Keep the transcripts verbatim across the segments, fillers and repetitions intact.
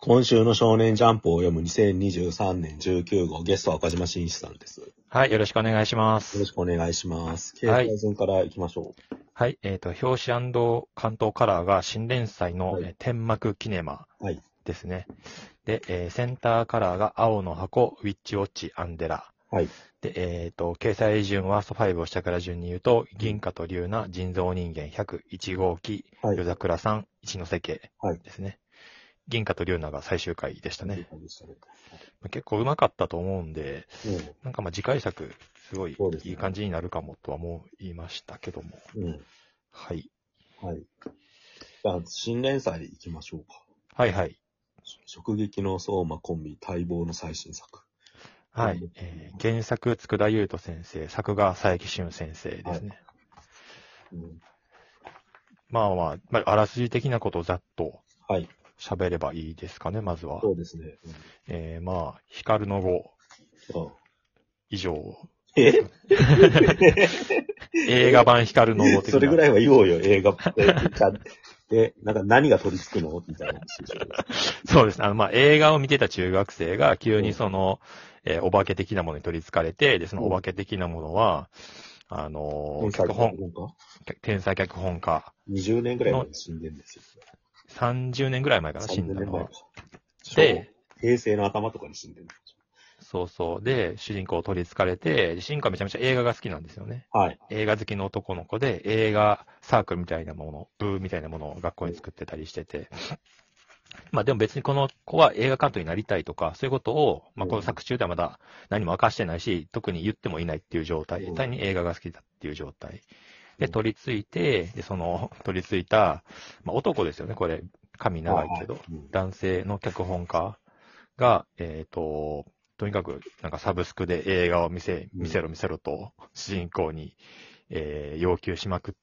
今週の少年ジャンプを読むにせんにじゅうさんねんじゅうきゅう号、ゲストは岡島真一さんです。よはい、よろしくお願いします。 ろしくお願いします。経はい。 済順から行きましょはい、えっ、と、表紙関東カラーが新連載の、 はいえー天幕キネマう。はい。 ですね。で、えーセンターカラーが青の箱、ウィッチウォッチ、アンデラ。 はい。 で、えっ、と、掲載順はストごを下から順に言うと、銀貨と龍奈、人造人間ひゃくいち号機、 はい。 夜桜さん、一ノ瀬家はい。 ですね。銀貨と龍奈が最終回でしたね。 そうでしたね。 結構うまかったと思うんで、 うん。 なんかまあ次回作、すごいそうですねいい感じになるかもとは思いましたけども。 うん。 はい。 はい。じゃあ、新連載行きましょうか。 はいはい。 直撃の相馬コンビ待望の最新作。 はい。えー原作、佃優斗先生、作画、佐伯俊先生ですね。 うん。 まあまあ、まあ、あらすじ的なことをざっとはい。 喋ればいいですかね、まずは。 そうですね。 えー、まあ、光の語うん。あ以上。 え映画版光の語的な。 それぐらいは言おうよ、映画。で、なんか何が取り付くのみたいな話でしょ。 そうですね。あの、まあ、映画を見てた中学生が急にその、えーお化け的なものに取り憑かれて、で、そのお化け的なものは、あのー、脚本、天才脚本家。 にじゅうねんぐらい前に死んでるんですよ。 さんじゅうねんぐらい前かな、死んだのは。 で、平成の頭とかに死んでる。 そうそう。で、主人公を取り憑かれて、主人公はめちゃめちゃ映画が好きなんですよね。 はい。 映画好きの男の子で、映画サークルみたいなもの、ブーみたいなものを学校に作ってたりしてて。まあでも別にこの子は映画監督になりたいとか、そういうことを、まあこの作中ではまだ何も明かしてないし、特に言ってもいないっていう状態。単に映画が好きだっていう状態。で、取り付いて、で、その、取り付いた、まあ男ですよね、これ。髪長いけど。男性の脚本家が、えっと、とにかく、なんかサブスクで映画を見せ、見せろ見せろと、主人公に、えー要求しまくって、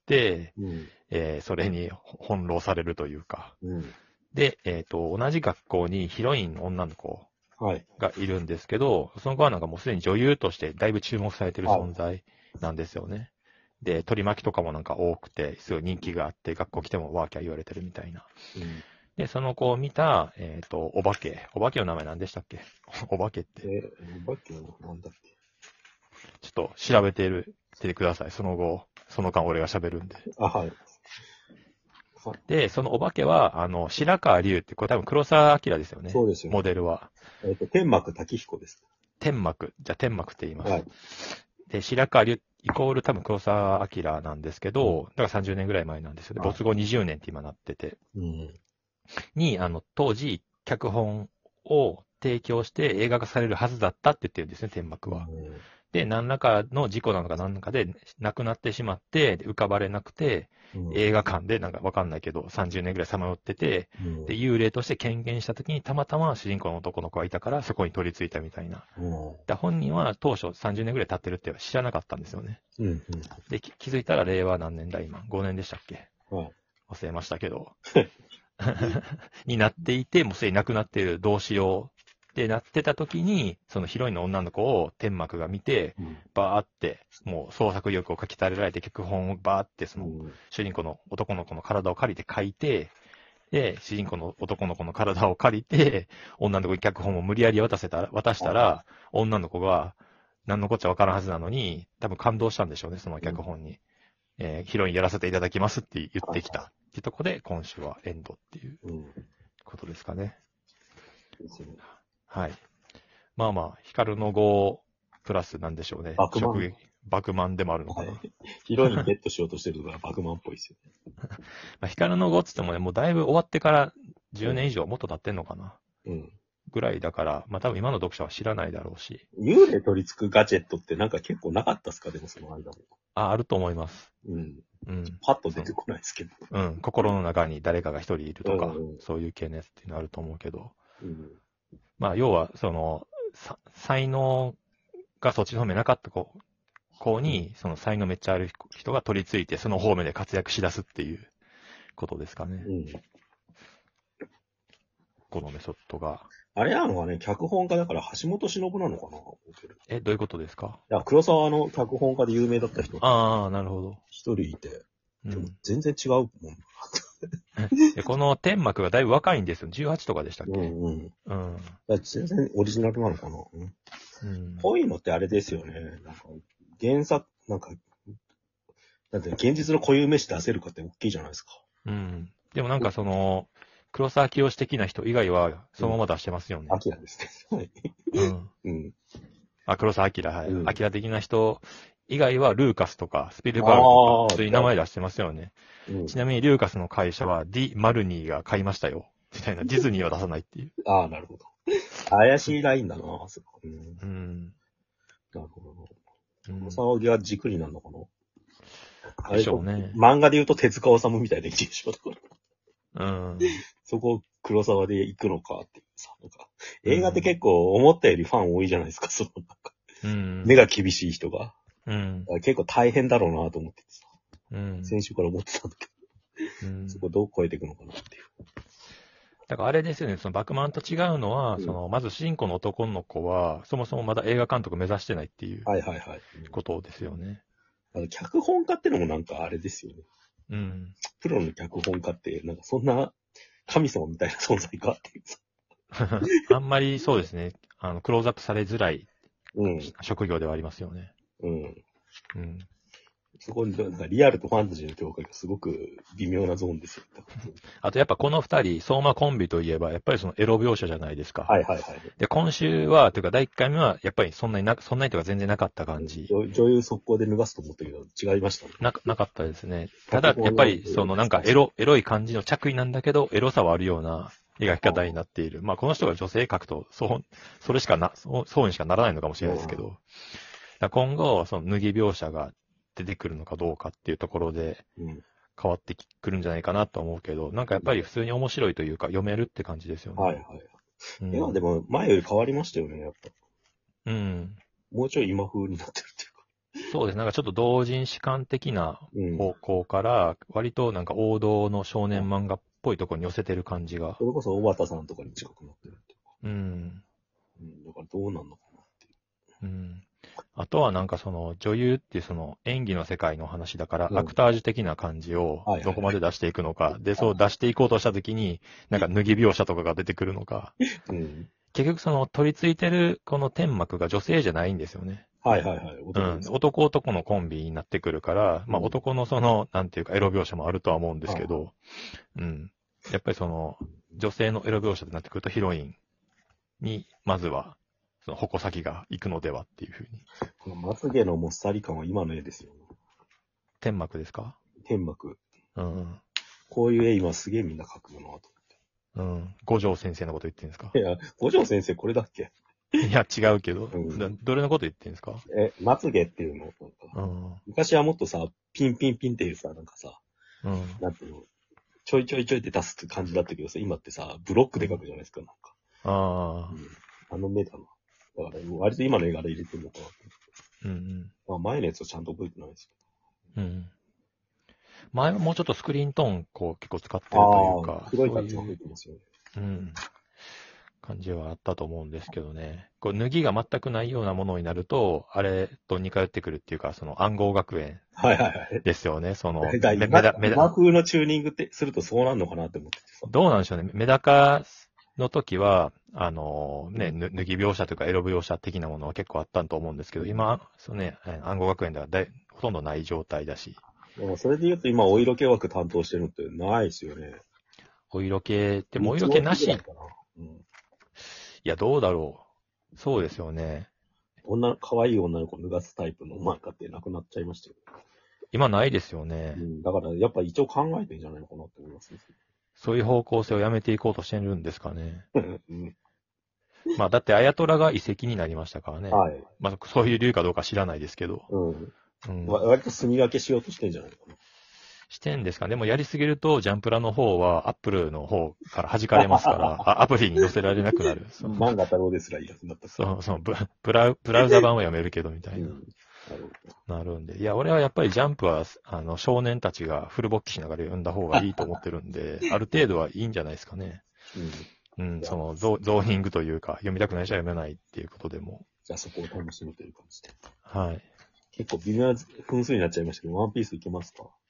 うんえーそれに翻弄されるというか。 うんで、えっと、同じ学校にヒロインの女の子はい。 がいるんですけど、その子はなんかもうすでに女優としてだいぶ注目されてる存在なんですよね。で、取り巻きとかもなんか多くて、すごい人気があって、学校来てもワーキャー言われてるみたいな。 うんで、その子を見た、えっと、お化け。お化けの名前何でしたっけお化けって。 え、お化けのなんだっけ。 ちょっと調べてる、てください。その後、その間俺が喋るんで。 あ、はい。 で、そのお化けは、あの、白川龍って、これ多分黒沢明ですよね。 そうですよね。 モデルは。 えっと、天幕滝彦です。 天幕。じゃあ天幕って言います。 はい。 で、白川龍イコール多分黒沢明なんですけど、だからさんじゅうねんぐらい前なんですよね。 はい没後にじゅうねんって今なってて。 うん。 に、あの、当時、脚本を提供して映画化されるはずだったって言ってるんですね、天幕は。で、何らかの事故なのか何らかで亡くなってしまって、浮かばれなくて、 うん映画館でなんかわかんないけど、さんじゅうねんぐらいさまよってて、 うんで、幽霊として権限した時にたまたま主人公の男の子がいたから、そこに取り付いたみたいな。 うんで本人は当初さんじゅうねんぐらい経ってるって知らなかったんですよね。 うんうんで、き気づいたら令和何年だ今 ?ご 年でしたっけはい忘れましたけど。になっていて、もうすでに亡くなっている、どうしようってなってた時に、そのヒロインの女の子を天幕が見て、 うんバーって、もう創作意欲をかき立てられて、脚本をバーって、その、 うん主人公の男の子の体を借りて書いて、で、主人公の男の子の体を借りて、女の子に脚本を無理やり渡せたら、渡したら、女の子が、何のこっちゃわからんはずなのに、多分感動したんでしょうね、その脚本に。えーヒロインやらせていただきますって言ってきた。っていうところで、今週はエンドっていううんことですかね。 ですねはい。まあまあ、ヒカルの語プラスなんでしょうね。 バクマン直撃バクマンでもあるのかな。 はいヒロインゲットしようとしてるのがバグマンっぽいですよね。 まあ、ヒカルの語っつってもね、もうだいぶ終わってからじゅうねん以上もっと経ってんのかな。 うん。 ぐらいだから、まあ多分今の読者は知らないだろうし。 幽霊取り付くガジェットってなんか結構なかったっすかでもその間も。 あ、あると思います。 うん。 うん。 パッと出てこないですけど。 うん。心の中に誰かが一人いるとか、 うんうんそういう系のやつっていうのはあると思うけど。 うん。 まあ要は、その、さ才能がそっちの方面なかった子子に、その才能めっちゃある人が取り付いて、その方面で活躍し出すっていうことですかね。 うん。 このメソッドが。 あれなのかね、脚本家だから橋本忍なのかなえ、どういうことですか？ いや、黒沢の脚本家で有名だった人ああ、なるほど。 一人いて、 うん。 全然違うもん。 でこの天幕がだいぶ若いんですよ。じゅうはちとかでしたっけ？ うんうん。 うん。 だから全然オリジナルなのかな。うん。 うん。 こういうのってあれですよね。なんか、原作、なんか、だって現実の固有名詞出せるかって大きいじゃないですか。 うん。でもなんかその、黒沢清的な人以外はそのまま出してますよね。 アキラですね。はい。 うん。 うん。 あ、黒沢明、はい。 うん明的な人以外はルーカスとかスピルバーグとか、 ああ、 そういう名前出してますよね。 うん。 ちなみにルーカスの会社はディ・マルニーが買いましたよ。みたいな。ディズニーは出さないっていう。 ああ、なるほど。怪しいラインだな、そこ。うん。 うん。 なるほど。 うん黒沢が軸になるのかな。あれでしょうね。 漫画で言うと手塚治虫みたいな一でしょ。 うん。 そこを黒沢で行くのかっていうさ、なんか、映画って結構思ったよりファン多いじゃないですか、そのなんか、 うん。 目が厳しい人が。 うん。 結構大変だろうなと思っててさ、 うん。 先週から思ってたんだけど、 うん。 そこどう超えていくのかなっていう。 だからあれですよね、そのバクマンと違うのは、 うんその、まず主人公の男の子は、そもそもまだ映画監督目指してないっていうはいはいはい。 ことですよね。 あの脚本家ってのもなんかあれですよね。 うん。 プロの脚本家って、なんかそんな神様みたいな存在かっていうさ。 あんまりそうですね、あの、クローズアップされづらいうん。 職業ではありますよね。 うん。 うん。 そこに、なんかリアルとファンタジーの境界がすごく微妙なゾーンですよ。 あとやっぱこの二人、相馬コンビといえば、やっぱりそのエロ描写じゃないですか。 はいはいはい。 で、今週は、というかだいいっかいめは、やっぱりそんなにな、そんなにというか全然なかった感じ。 女女優速攻で脱がすと思ったけど、違いましたね。 な、なかったですね。ただ、やっぱり、そのなんかエロ、エロい感じの着衣なんだけど、エロさはあるような描き方になっている。まあ、この人が女性描くと、そう、それしかな、そう、そうにしかならないのかもしれないですけど。だから今後、その脱ぎ描写が出てくるのかどうかっていうところで、 うん。 変わってくるんじゃないかなと思うけど、なんかやっぱり普通に面白いというか、読めるって感じですよね。 はいはい。 うん、 今でも前より変わりましたよね、やっぱ。 うん。 もうちょい今風になってるっていうか。 そうです。なんかちょっと同人誌観的なうん。 方向から、割となんか王道の少年漫画っぽいところに寄せてる感じが。 それこそ小畑さんとかに近くなってるっていうか。 うん。 うん。だからどうなんのかなっていう。 うん。あとはなんかその女優っていうその演技の世界の話だから、 うんアクタージュ的な感じをはいはいどこまで出していくのか。で、そう出していこうとしたときに、なんか脱ぎ描写とかが出てくるのか。 うん。 結局その取り付いてるこの天幕が女性じゃないんですよね。 はいはいはい。 うん。男男のコンビになってくるから、まあうん男のその、なんていうかエロ描写もあるとは思うんですけはど、うん。やっぱりその、女性のエロ描写となってくるとヒロインに、まずは、その矛先が行くのではっていうふうに。 このまつげのもっさり感は今の絵ですよね。 天幕ですか？ 天幕。 うん。 こういう絵今すげえみんな描くよなとうん。五条先生のこと言ってるんですか？ 思って。いや、五条先生これだっけいや、違うけど、 うんだどれのこと言ってるんですか？ え、まつげっていうのなんかうん。 昔はもっとさ、ピンピンピンっていうさ、なんかさ、 うん。 なんていうの、ちょいちょいちょいって出すって感じだったけどさ、今ってさ、ブロックで描くじゃないですか、なんか。 ああ。 あの目だな。だから、割と今の絵柄入れてるのかなとうんうん。 思って。まあ、前のやつはちゃんと覚えてないですけうん。前はもうちょっとスクリーントーン、こう、結構使ってるど。 というか、 ああ、黒いそう感じがいう、 入ってますよね。 うん、感じはあったと思うんですけどね。こう、脱ぎが全くないようなものになると、あれと似通ってくるっていうか、その暗号学園はいはいはい。 ですよね。その、 だからめ、 今めだ、めだ、 今風のチューニングってするとそうなんのかなって思っててさ。 どうなんでしょうね。メダカの時は、あのね、ぬ脱ぎ描写というかエロ描写的なものは結構あったと思うんですけど、今、そうね、え暗号学園ではだいほとんどない状態だし、 でもそれで言うと今お色気枠担当してるのってないですよね。 お色気って、もうお色気なし。いいつもぐらいかなうんや、どうだろう。そうですよね。 女の、可愛い女の子脱がすタイプの漫画ってなくなっちゃいましたよ。 今ないですよね。 うん。だからやっぱ一応考えてんじゃないのかなって思いますね。 そういう方向性をやめていこうとしてるんですかね。 うん。 まあ、だって、あやとらが遺跡になりましたからね。 はい。 まあ、そういう理由かどうか知らないですけど。 うん。 うん。 わ割と住み分けしようとしてんじゃないのかな。 してんですかね。でもやりすぎると、ジャンプラの方は、アップルの方から弾かれますから、あアプリに載せられなくなる。そう漫画太郎ですらいらなくなった。 そう、そう、ブブラウ、ブラウザ版は読めるけど、みたいな。 うん。なるほど。 なるんで。いや、俺はやっぱりジャンプは、あの、少年たちがフル勃起しながら読んだ方がいいと思ってるんで、ある程度はいいんじゃないですかね。 うん。 うん、そのゾ、ゾーニングというか、読みたくない人は読めないっていうことでも。 じゃあそこを楽しむという感じで。 はい。 結構微妙な分数になっちゃいましたけど、ワンピースいけますか？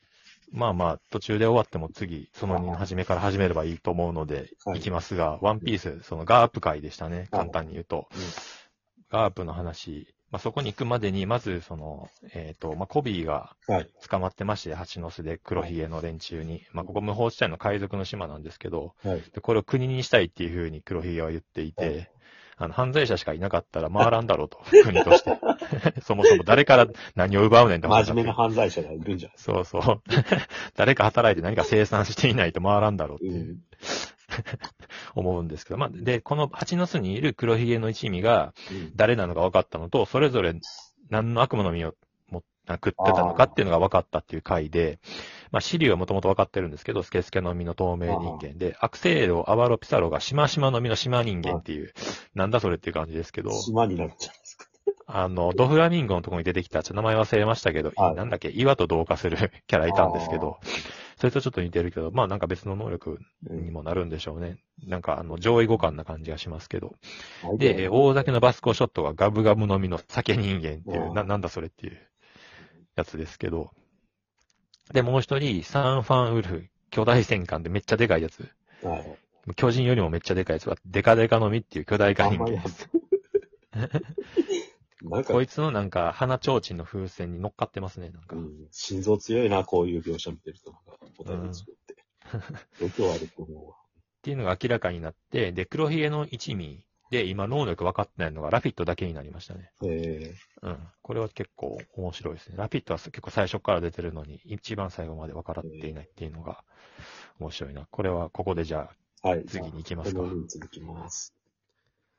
まあまあ、途中で終わっても次、そのにの初めから始めればいいと思うので、 はいいきますが、ワンピース、そのガープ回でしたね、 はい簡単に言うと。 うんガープの話、まあそこに行くまでに、まずその、えっ、と、まあコビーがはい。 捕まってまして、蜂の巣で黒ひげの連中に。まあここ無法地帯の海賊の島なんですけど、 はい。 でこれを国にしたいっていうふうに黒ひげは言っていて、 はいあの、犯罪者しかいなかったら回らんだろうと、国として。そもそも誰から何を奪うねんって話真面目な犯罪者がいるんじゃないですか。 そうそう。誰か働いて何か生産していないと回らんだろうっていう、 ん。 思うんですけど、まあ、で、この蜂の巣にいる黒ひげの一味がうん。 誰なのか分かったのと、それぞれ何の悪夢の実をも食ってたのかっていうのが分かったっていう回で、まあ、シリュウはもともと分かってるんですけど、スケスケの実の透明人間で、アクセーロ、アバロピサロがシマシマの実の島人間っていう、なんだそれっていう感じですけど、 島になっちゃうんですか。 あの、ドフラミンゴのところに出てきた、ちょっと名前忘れましたけど、 はいなんだっけ、岩と同化するキャラいたんですけど、それとちょっと似てるけど、まあなんか別の能力にもなるんでしょうね。なんかあの、上位互換な感じがしますけど。で、えー大酒のバスコショットがガブガブ飲みの酒人間っていう、な、なんだそれっていうやつですけど。で、もう一人、サンファンウルフ、巨大戦艦でめっちゃでかいやつ。 はい。 巨人よりもめっちゃでかいやつが、デカデカ飲みっていう巨大化人間です。 なんかこいつのなんか、鼻ちょうちんの風船に乗っかってますね、なんか。 うん、心臓強いな、こういう描写見てると。なんか、答えを作って。度胸あると思うわ。 っていうのが明らかになって、で、黒ひげの一味で今能力分かってないのがラフィットだけになりましたね。 えうん。これは結構面白いですね。ラフィットは結構最初から出てるのに、一番最後まで分からっていないっていうのが面白いな。これはここでじゃあー、はい。 次に行きますかこのに続きます。